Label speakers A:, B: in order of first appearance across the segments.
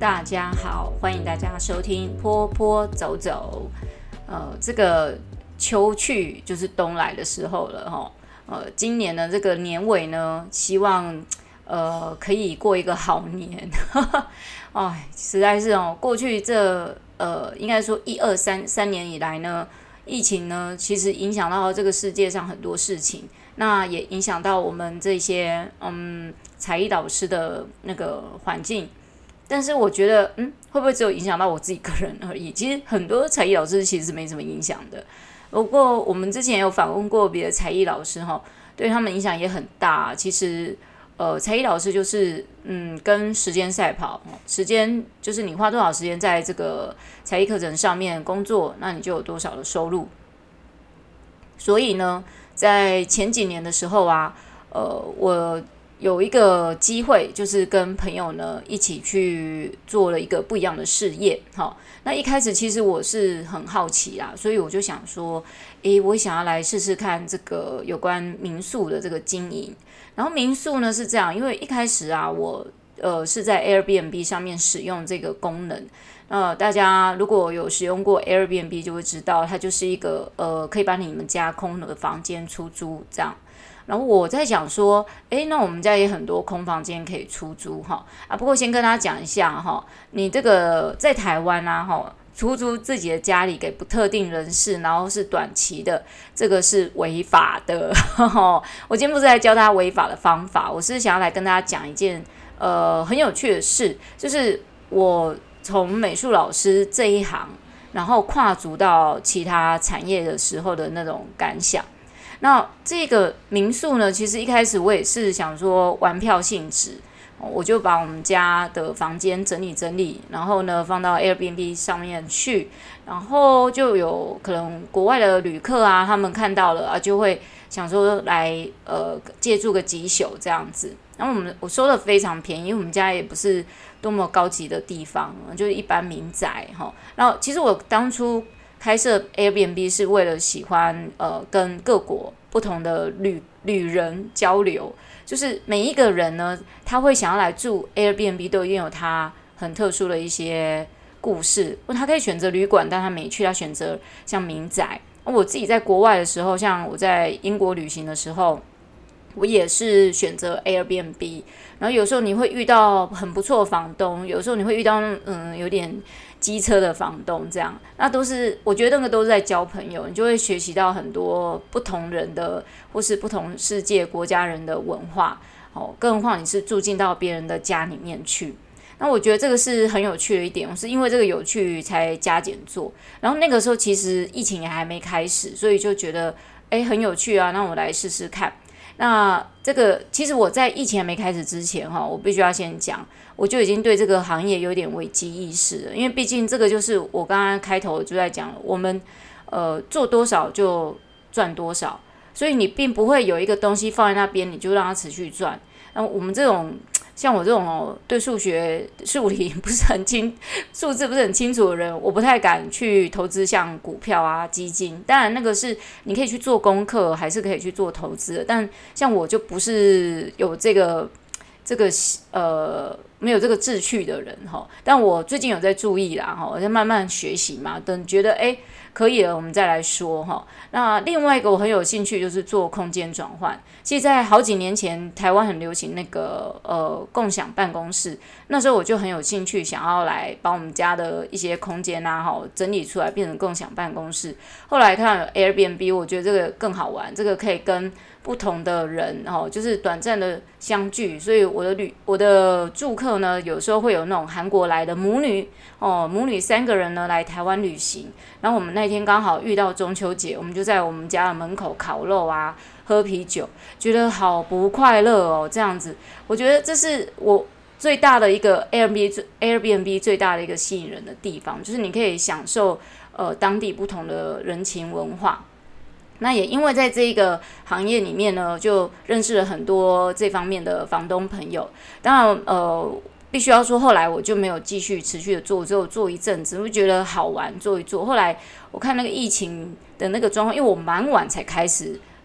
A: 大家好，欢迎大家收听坡坡走走。这个秋去就是冬来的时候了哈。今年的这个年尾呢，希望可以过一个好年。哎，实在是过去这应该说3年以来呢，疫情呢其实影响到这个世界上很多事情，那也影响到我们这些才艺老师的那个环境。但是我觉得会不会只有影响到我自己个人而已？其实很多才艺老师其实没什么影响的。不过我们之前有访问过别的才艺老师对他们影响也很大。其实才艺老师就是跟时间赛跑，时间就是你花多少时间在这个才艺课程上面工作，那你就有多少的收入。所以呢，在前几年的时候我有一个机会，就是跟朋友呢一起去做了一个不一样的事业。那一开始其实我是很好奇啦，所以我就想说，我想要来试试看这个有关民宿的这个经营。然后民宿呢是这样，因为一开始我是在 Airbnb 上面使用这个功能。大家如果有使用过 Airbnb 就会知道，它就是一个可以把你们家空的房间出租这样。然后我在想说，那我们家也很多空房间可以出租不过先跟大家讲一下你这个在台湾出租自己的家里给不特定人士，然后是短期的，这个是违法的。我今天不是在教大家违法的方法，我是想要来跟大家讲一件很有趣的事，就是我从美术老师这一行，然后跨足到其他产业的时候的那种感想。那这个民宿呢，其实一开始我也是想说玩票性质，我就把我们家的房间整理，然后呢放到 Airbnb 上面去，然后就有可能国外的旅客他们看到了就会想说来借住个几宿这样子。然后我收的非常便宜，因为我们家也不是多么高级的地方，就是一般民宅然后其实我当初开设 Airbnb 是为了喜欢跟各国不同的旅人交流，就是每一个人呢，他会想要来住 Airbnb 都一定有他很特殊的一些故事。他可以选择旅馆，但他没去，他选择像民宅。我自己在国外的时候，像我在英国旅行的时候，我也是选择 Airbnb， 然后有时候你会遇到很不错的房东，有时候你会遇到有点机车的房东这样，那都是我觉得那个都是在交朋友，你就会学习到很多不同人的或是不同世界国家人的文化更何况你是住进到别人的家里面去。那我觉得这个是很有趣的一点，我是因为这个有趣才加减做。然后那个时候其实疫情也还没开始，所以就觉得很有趣那我来试试看。那这个其实我在疫情还没开始之前我必须要先讲，我就已经对这个行业有点危机意识了，因为毕竟这个就是我刚刚开头就在讲，我们做多少就赚多少，所以你并不会有一个东西放在那边你就让它持续赚。我们这种像我这种对数学数理不是很数字不是很清楚的人，我不太敢去投资像股票基金。当然那个是你可以去做功课，还是可以去做投资的，但像我就不是有这个没有这个志趣的人但我最近有在注意啦我在慢慢学习嘛，等觉得可以了我们再来说那另外一个我很有兴趣就是做空间转换。其实在好几年前台湾很流行那个共享办公室，那时候我就很有兴趣想要来把我们家的一些空间整理出来变成共享办公室。后来看到 Airbnb 我觉得这个更好玩，这个可以跟不同的人就是短暂的相聚，所以我的住客呢有时候会有那种韩国来的母女3个人呢来台湾旅行，然后我们那天刚好遇到中秋节，我们就在我们家的门口烤肉喝啤酒，觉得好不快乐这样子。我觉得这是我最大的一个 Airbnb 最大的一个吸引人的地方，就是你可以享受当地不同的人情文化。那也因为在这个行业里面呢，就认识了很多这方面的房东朋友。当然必须要说后来我就没有继续持续的做，只有做一阵子，我觉得好玩做一做。后来我看那个疫情的那个状况，因为我蛮晚才开始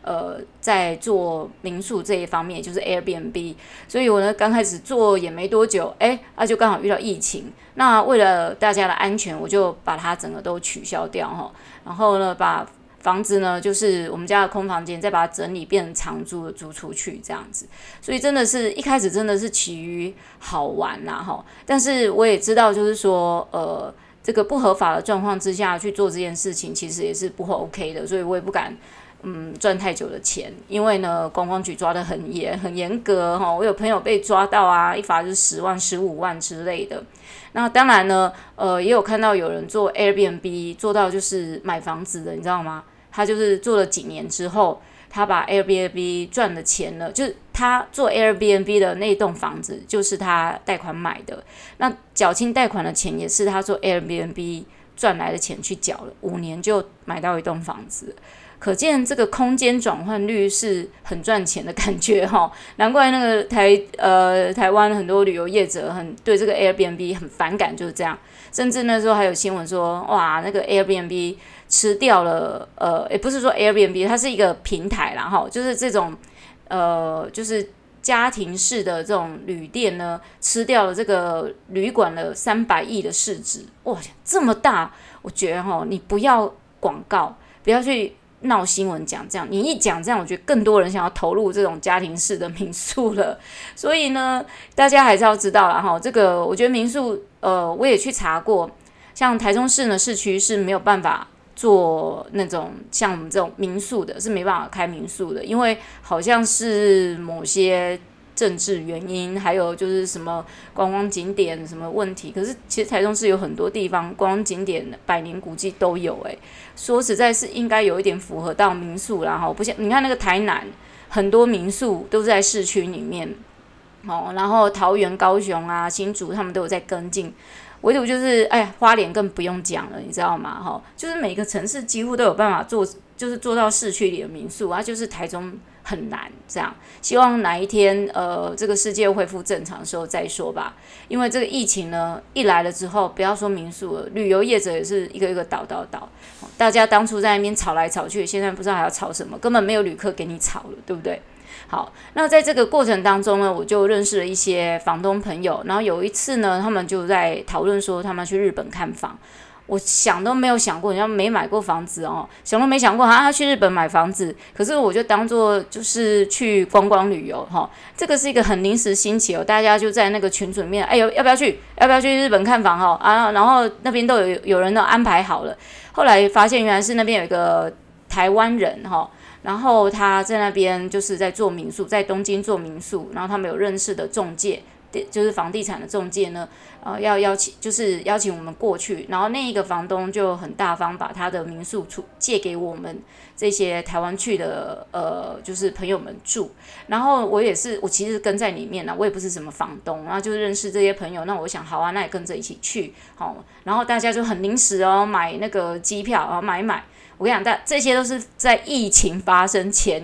A: 在做民宿这一方面，就是 Airbnb， 所以我呢刚开始做也没多久，就刚好遇到疫情，那为了大家的安全，我就把它整个都取消掉哈，然后呢把房子呢，就是我们家的空房间，再把它整理变成长租的租出去这样子，所以真的是一开始真的是起于好玩啦哈，但是我也知道就是说这个不合法的状况之下去做这件事情，其实也是不 OK 的，所以我也不敢赚太久的钱，因为呢观光局抓得很严格哈，我有朋友被抓到啊，一罚就是10万、15万之类的。那当然呢，也有看到有人做 Airbnb 做到就是买房子的，你知道吗？他就是做了几年之后，他把 Airbnb 赚的钱呢，就是他做 Airbnb 的那栋房子，就是他贷款买的，那缴清贷款的钱也是他做 Airbnb 赚来的钱去缴了，5年就买到一栋房子。可见这个空间转换率是很赚钱的感觉哈，难怪那个台湾很多旅游业者很对这个 Airbnb 很反感，就是这样。甚至那时候还有新闻说，哇，那个 Airbnb 吃掉了，也不是说 Airbnb， 它是一个平台啦哈，就是这种就是家庭式的这种旅店呢，吃掉了这个旅馆的300亿的市值，哇，这么大！我觉得哈，你不要广告，不要去闹新闻讲这样，你一讲这样，我觉得更多人想要投入这种家庭式的民宿了。所以呢，大家还是要知道啦哈，这个我觉得民宿，我也去查过，像台中市呢市区是没有办法做那种像我们这种民宿的，是没办法开民宿的，因为好像是某些政治原因，还有就是什么观光景点什么问题。可是其实台中市有很多地方观光景点百年古迹都有说实在是应该有一点符合到民宿啦哈，不像你看那个台南很多民宿都是在市区里面然后桃园、高雄啊、新竹他们都有在跟进。唯独就是花莲更不用讲了，你知道吗？就是每个城市几乎都有办法做，就是做到市区里的民宿啊，就是台中很难这样。希望哪一天这个世界恢复正常的时候再说吧。因为这个疫情呢一来了之后，不要说民宿了，旅游业者也是一个一个倒。大家当初在那边吵来吵去，现在不知道还要吵什么，根本没有旅客给你吵了，对不对？好，那在这个过程当中呢，我就认识了一些房东朋友，然后有一次呢，他们就在讨论说他们去日本看房。我想都没有想过，人家没买过房子想都没想过他去日本买房子。可是我就当做就是去观光旅游这个是一个很临时兴起大家就在那个群组里面，要不要去日本看房然后那边都有人都安排好了。后来发现原来是那边有一个台湾人然后他在那边就是在做民宿，在东京做民宿，然后他们有认识的中介，就是房地产的中介呢，要邀请我们过去，然后那一个房东就很大方，把他的民宿借给我们这些台湾去的就是朋友们住，然后我其实跟在里面我也不是什么房东，然后就认识这些朋友，那我想好啊，那也跟着一起去，然后大家就很临时买那个机票买。我跟你讲，这些都是在疫情发生前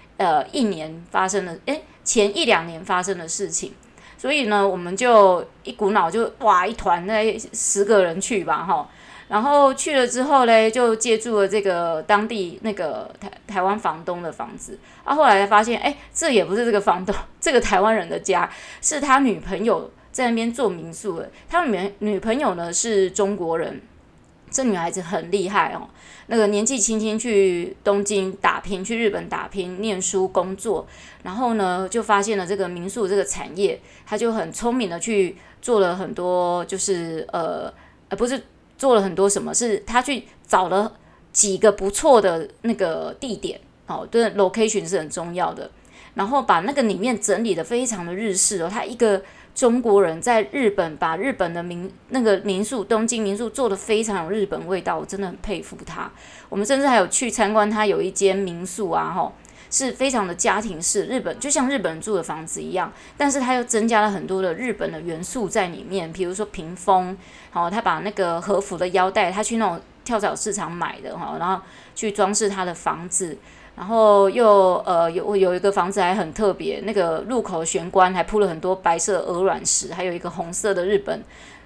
A: 1年发生的，前1-2年发生的事情。所以呢，我们就一股脑就一团那10个人去吧然后去了之后呢，就借住了这个当地那个台湾房东的房子后来才发现，这也不是这个房东，这个台湾人的家，是他女朋友在那边做民宿的。他女朋友呢是中国人，这女孩子很厉害那个年纪轻轻去东京打拼，去日本打拼念书工作，然后呢就发现了这个民宿这个产业，他就很聪明的去做了很多，就是不是做了很多什么，是他去找了几个不错的那个地点对 location 是很重要的，然后把那个里面整理的非常的日式他一个中国人在日本把日本的那个民宿东京民宿做得非常有日本味道，我真的很佩服他。我们甚至还有去参观他有一间民宿是非常的家庭式，就像日本人住的房子一样，但是他又增加了很多的日本的元素在里面，比如说屏风他把那个和服的腰带他去那种跳蚤市场买的然后去装饰他的房子。然后又有一个房子还很特别，那个入口玄关还铺了很多白色鹅卵石，还有一个红色的日本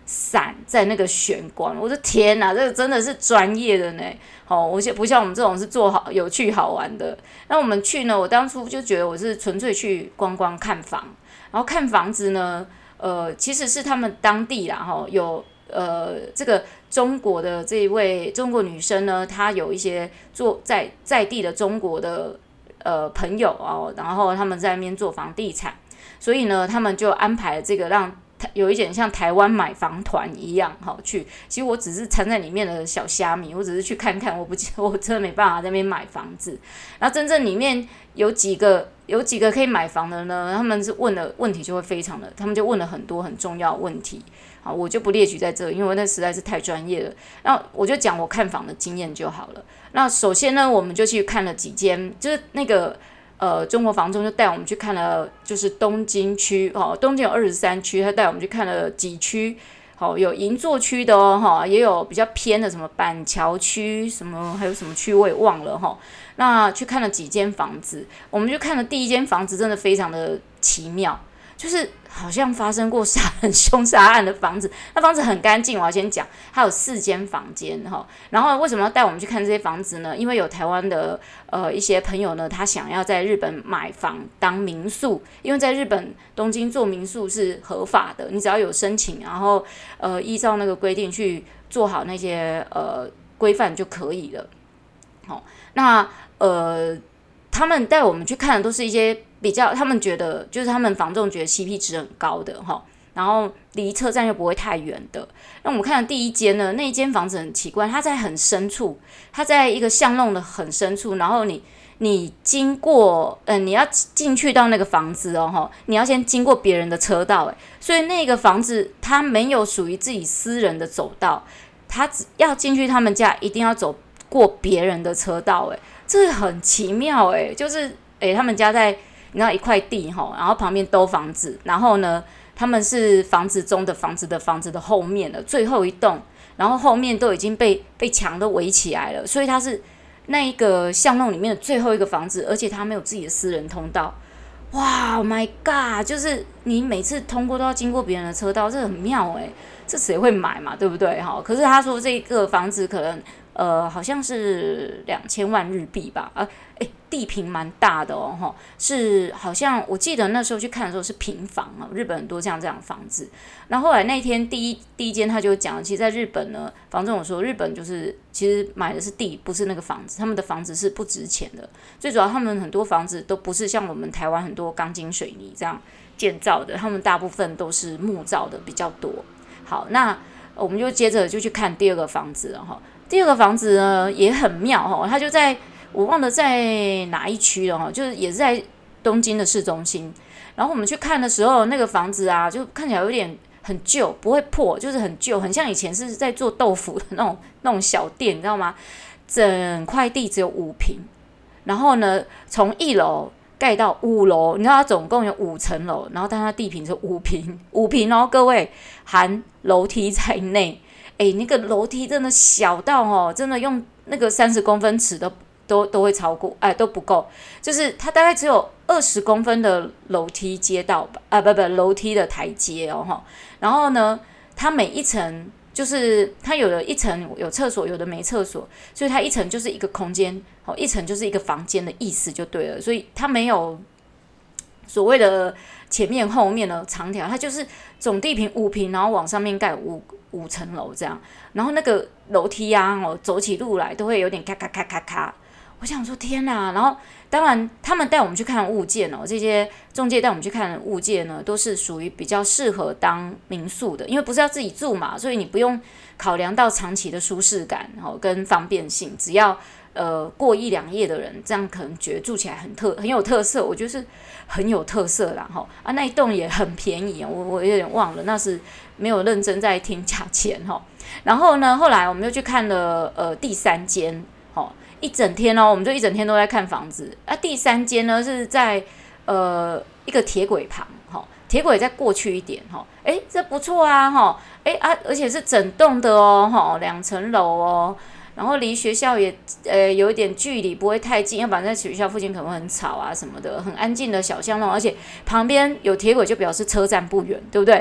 A: 伞在那个玄关，我的天哪，这个真的是专业的呢。我不像我们这种是做好有趣好玩的。那我们去呢，我当初就觉得我是纯粹去观光看房，然后看房子呢，其实是他们当地啦，有这个中国的这一位中国女生呢，她有一些在地的中国的朋友哦，然后他们在那边做房地产，所以呢，他们就安排了这个让有一点像台湾买房团一样，去。其实我只是掺在里面的小虾米，我只是去看看，我真的没办法在那边买房子。然后真正里面有几个可以买房的呢？他们是问的问题就会非常的，他们就问了很多很重要的问题。好，我就不列举在这，因为那实在是太专业了。那我就讲我看房的经验就好了。那首先呢，我们就去看了几间，就是那个。中国房仲就带我们去看了，就是东京区东京有23区，他带我们去看了几区，有银座区的也有比较偏的什么板桥区，什么还有什么区我也忘了那去看了几间房子，我们就看了第一间房子，真的非常的奇妙。就是好像发生过凶杀案的房子，那房子很干净，我要先讲，它有4间房间然后为什么要带我们去看这些房子呢？因为有台湾的一些朋友呢，他想要在日本买房当民宿，因为在日本东京做民宿是合法的，你只要有申请，然后依照那个规定去做好那些规范就可以了。那他们带我们去看的都是一些比较，他们觉得就是他们房仲觉得 CP 值很高的然后离车站又不会太远的。那我们看的第一间呢，那一间房子很奇怪，它在很深处，它在一个巷弄的很深处，然后你经过你要进去到那个房子你要先经过别人的车道所以那个房子它没有属于自己私人的走道，它只要进去他们家一定要走过别人的车道这很奇妙就是他们家在你知道一块地然后旁边都房子，然后呢他们是房子中的房子的后面了，最后一栋，然后后面都已经被墙都围起来了，所以它是那一个巷弄里面的最后一个房子，而且它没有自己的私人通道。哇 ，Oh my god！ 就是你每次通过都要经过别人的车道，这很妙这谁会买嘛，对不对可是他说这个房子可能好像是2000万日币吧，地坪蛮大的是好像我记得那时候去看的时候是平房日本很多这样的房子。然后后来那天第一间他就讲，其实在日本呢，房仲有说日本就是其实买的是地，不是那个房子，他们的房子是不值钱的，最主要他们很多房子都不是像我们台湾很多钢筋水泥这样建造的，他们大部分都是木造的比较多。好，那我们就接着就去看第二个房子了第二个房子呢也很妙它就在我忘了在哪一区了就是也是在东京的市中心。然后我们去看的时候，那个房子啊就看起来有点很旧，不会破，就是很旧，很像以前是在做豆腐的那种小店，你知道吗？整块地只有5坪，然后呢从1楼盖到5楼，你知道它总共有5层楼，然后但它地坪是5坪各位含楼梯在内。那个楼梯真的小到真的用那个30公分尺都会超过，都不够，就是它大概只有20公分的楼梯街道吧，楼梯的台阶然后呢，它每一层就是它有的一层有厕所，有的没厕所，所以它一层就是一个空间，一层就是一个房间的意思就对了，所以它没有所谓的前面后面的长条，它就是总地坪5坪，然后往上面盖5层楼这样，然后那个楼梯走起路来都会有点咔咔咔咔咔。我想说天哪！然后当然他们带我们去看物件这些中介带我们去看的物件呢，都是属于比较适合当民宿的，因为不是要自己住嘛，所以你不用考量到长期的舒适感跟方便性，只要过1-2夜的人，这样可能觉得住起来很有特色，我觉得是很有特色啦那一栋也很便宜我有点忘了，那是没有认真在听价钱然后呢，后来我们又去看了第3间一整天我们就一整天都在看房子第3间呢是在一个铁轨旁铁轨再过去一点这不错而且是整栋的2层楼然后离学校也有一点距离，不会太近，要不然在学校附近可能会很吵什么的，很安静的小巷弄，而且旁边有铁轨就表示车站不远，对不对？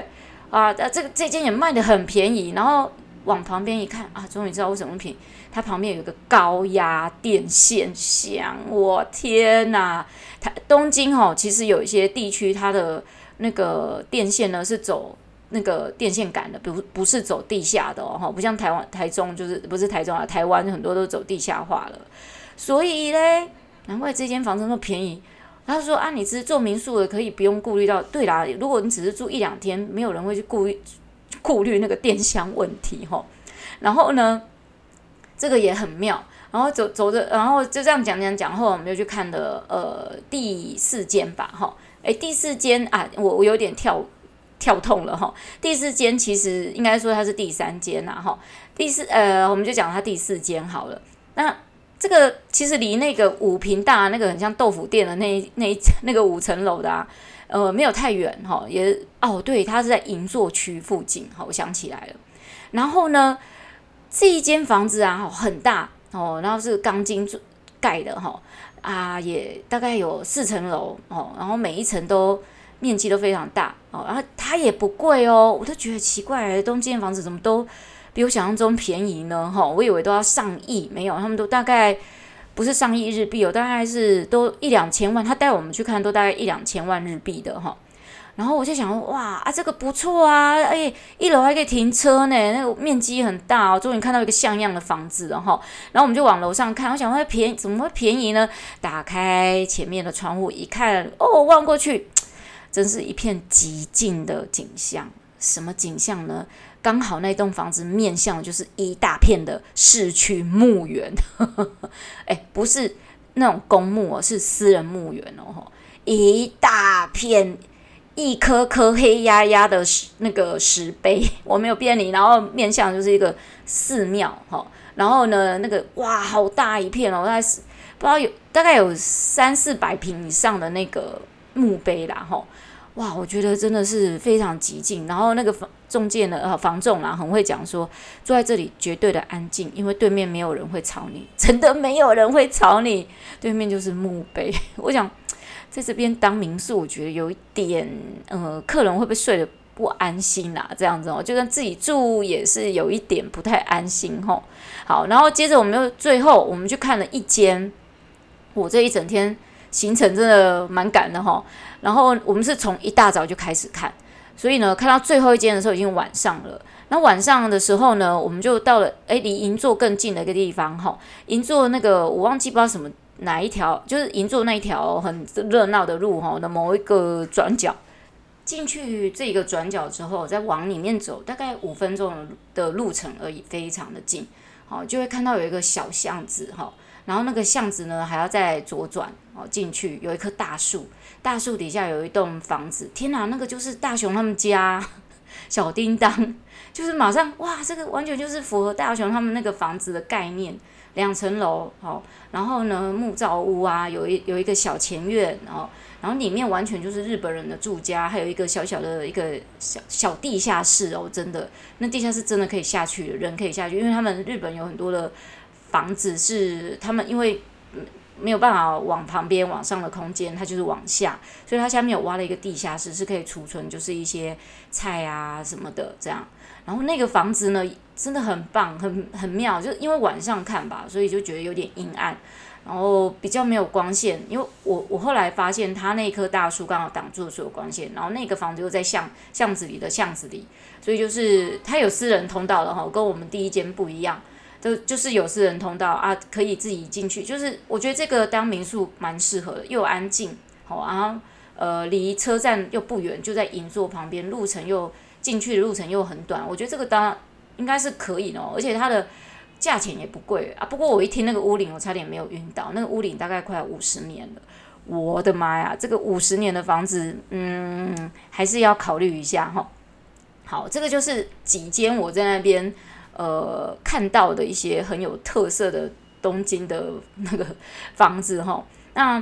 A: 啊，这间也卖得很便宜，然后往旁边一看啊，终于知道为什么便宜，它旁边有一个高压电线箱，我天哪！东京其实有一些地区它的那个电线呢是走那个电线杆的，不是走地下的不像台中就是不是台中啊，台湾很多都走地下化了，所以嘞，难怪这间房子那么便宜。他说啊，你只是做民宿的，可以不用顾虑到。对啦，如果你只是住1-2天，没有人会去顾虑那个电箱问题然后呢，这个也很妙。然后走着，然后就这样讲后，我们就去看了第4间吧第4间啊，我有点跳痛了第4间其实应该说它是第3间我们就讲它第4间好了。那这个其实离那个5坪大那个很像豆腐店的那个5层楼的没有太远也对，它是在银座区附近我想起来了。然后呢，这一间房子很大然后是钢筋盖的也大概有4层楼然后每一层都面积都非常大然后它也不贵我都觉得奇怪，东京的房子怎么都比我想象中便宜呢我以为都要上亿，没有，他们都大概不是上亿日币大概是都1-2千万，他带我们去看都大概1-2千万日币的然后我就想哇这个不错啊，1楼还可以停车呢，那个面积很大终于看到一个像样的房子了然后我们就往楼上看，我想怎么会便宜呢？打开前面的窗户一看望过去真是一片极静的景象。什么景象呢？刚好那栋房子面向就是一大片的市区墓园不是那种公墓是私人墓园一大片一颗颗黑压压的那个石碑，我没有骗你，然后面向就是一个寺庙然后呢那个哇好大一片大概是不知道大概有300-400坪以上的那个墓碑啦哇，我觉得真的是非常极静。然后那个中介呢，房仲啦，很会讲说，坐在这里绝对的安静，因为对面没有人会吵你，真的没有人会吵你，对面就是墓碑。我想在这边当民宿，我觉得有一点，客人会不会睡得不安心啦？这样子就算自己住也是有一点不太安心好，然后接着最后我们去看了一间，我这一整天行程真的蛮赶的然后我们是从一大早就开始看，所以呢，看到最后一间的时候已经晚上了。那晚上的时候呢，我们就到了离银座更近的一个地方银座那个我忘记不知道哪一条，就是银座那一条很热闹的路的某一个转角。进去这个转角之后，再往里面走，大概5分钟的路程而已，非常的近。就会看到有一个小巷子然后那个巷子呢还要再左转进去，有一棵大树，大树底下有一栋房子。天哪，那个就是大雄他们家，小叮当，就是马上哇，这个完全就是符合大雄他们那个房子的概念，2层楼然后呢木造屋有一个小前院然后里面完全就是日本人的住家，还有一个小小的一个小地下室真的，那地下室真的可以下去的，人可以下去，因为他们日本有很多的房子是他们因为没有办法往旁边往上的空间，它就是往下，所以它下面有挖了一个地下室，是可以储存就是一些菜什么的这样。然后那个房子呢真的很棒，很妙，就因为晚上看吧，所以就觉得有点阴暗，然后比较没有光线，因为我后来发现它那棵大树刚好挡住了所有光线，然后那个房子又在巷子里的巷子里，所以就是它有私人通道的跟我们第一间不一样。就是有私人通道可以自己进去。就是我觉得这个当民宿蛮适合的，又安静，然后离车站又不远，就在银座旁边，进去的路程又很短。我觉得这个当然应该是可以的而且它的价钱也不贵不过我一听那个屋龄，我差点没有晕倒。那个屋龄大概快50年了，我的妈呀！这个50年的房子，还是要考虑一下好，这个就是几间我在那边。看到的一些很有特色的东京的那个房子那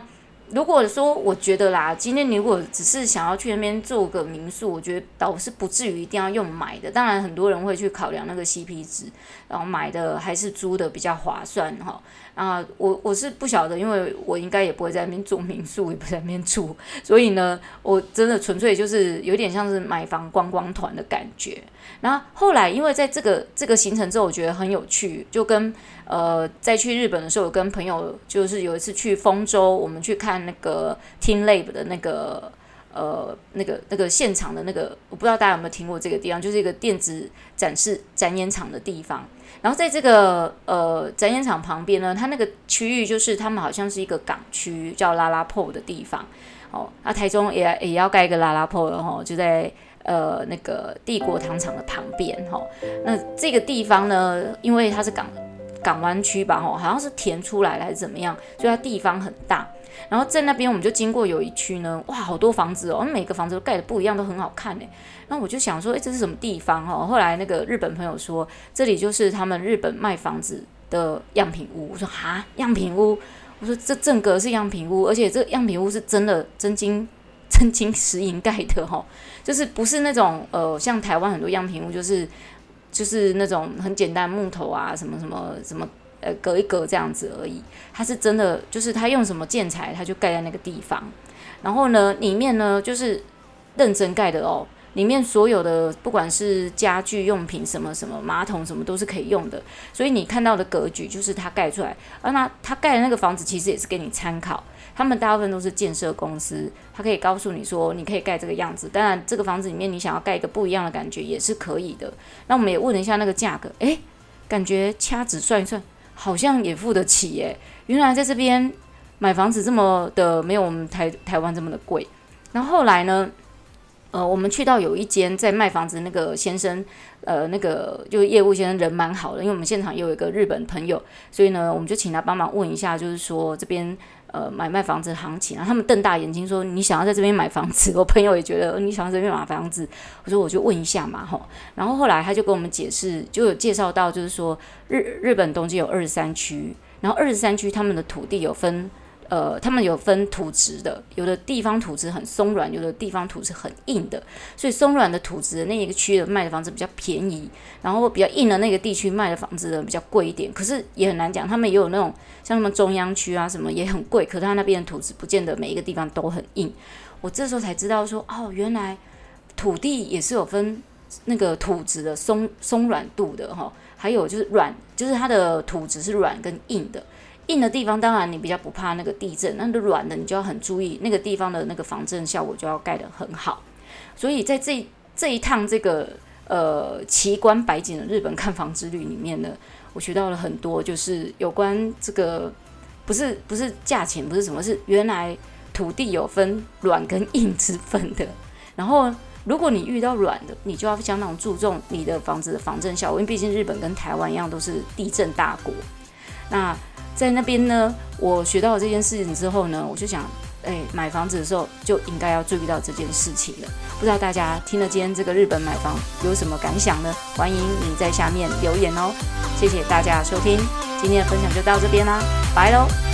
A: 如果说我觉得啦，今天你如果只是想要去那边做个民宿，我觉得倒是不至于一定要用买的。当然，很多人会去考量那个 CP 值，然后买的还是租的比较划算哈。我是不晓得，因为我应该也不会在那边做民宿，也不在那边住，所以呢，我真的纯粹就是有点像是买房观光团的感觉。然后后来，因为在这个行程之后，我觉得很有趣，就跟在去日本的时候，有跟朋友就是有一次去丰州，我们去看那个 TeamLab 的那个现场的那个，我不知道大家有没有听过这个地方，就是一个电子展演场的地方。然后在这个展演场旁边呢，它那个区域就是他们好像是一个港区，叫拉拉破的地方。台中也要盖一个拉拉破了就在那个帝国糖厂的旁边那这个地方呢，因为它是港湾区吧好像是填出来的还是怎么样，所以它地方很大。然后在那边我们就经过有一区呢，哇，好多房子每个房子都盖得不一样，都很好看然后我就想说，这是什么地方后来那个日本朋友说，这里就是他们日本卖房子的样品屋。我说哈，样品屋？我说这正格是样品屋，而且这样品屋是真的真金实银盖的就是不是那种像台湾很多样品屋就是那种很简单木头啊什么什么什么隔一隔这样子而已，它是真的就是它用什么建材它就盖在那个地方。然后呢里面呢就是认真盖的里面所有的不管是家具用品什么什么马桶什么都是可以用的，所以你看到的格局就是它盖出来。那它盖的那个房子其实也是给你参考，他们大部分都是建设公司，它可以告诉你说你可以盖这个样子，当然这个房子里面你想要盖一个不一样的感觉也是可以的。那我们也问了一下那个价格，感觉掐指算一算好像也付得起耶。原来在这边买房子这么的没有我们台湾这么的贵。然后后来呢我们去到有一间在卖房子那个先生那个就是业务先生人蛮好的，因为我们现场也有一个日本朋友，所以呢我们就请他帮忙问一下，就是说这边卖房子的行情他们瞪大眼睛说你想要在这边买房子，我朋友也觉得你想要在这边买房子，我说我就问一下嘛然后后来他就跟我们解释，就有介绍到就是说日本东京有23区，然后23区他们的土地有分他们有分土质的，有的地方土质很松软，有的地方土质很硬的，所以松软的土质的那一个区的卖的房子比较便宜，然后比较硬的那个地区卖的房子的比较贵一点。可是也很难讲，他们也有那种像他们中央区啊什么也很贵，可是他那边的土质不见得每一个地方都很硬。我这时候才知道说原来土地也是有分那个土质的松软度的还有就是软，就是它的土质是软跟硬的。硬的地方当然你比较不怕那个地震，那软的你就要很注意那个地方的那个防震效果就要盖得很好。所以在这一趟这个奇观百景的日本看房之旅里面呢，我学到了很多，就是有关这个不是价钱，不是什么，是原来土地有分软跟硬之分的。然后如果你遇到软的，你就要相当注重你的房子的防震效果，因为毕竟日本跟台湾一样都是地震大国。那在那边呢，我学到了这件事情之后呢，我就想，买房子的时候就应该要注意到这件事情了。不知道大家听了今天这个日本买房有什么感想呢？欢迎你在下面留言哦。谢谢大家的收听，今天的分享就到这边啦，拜喽。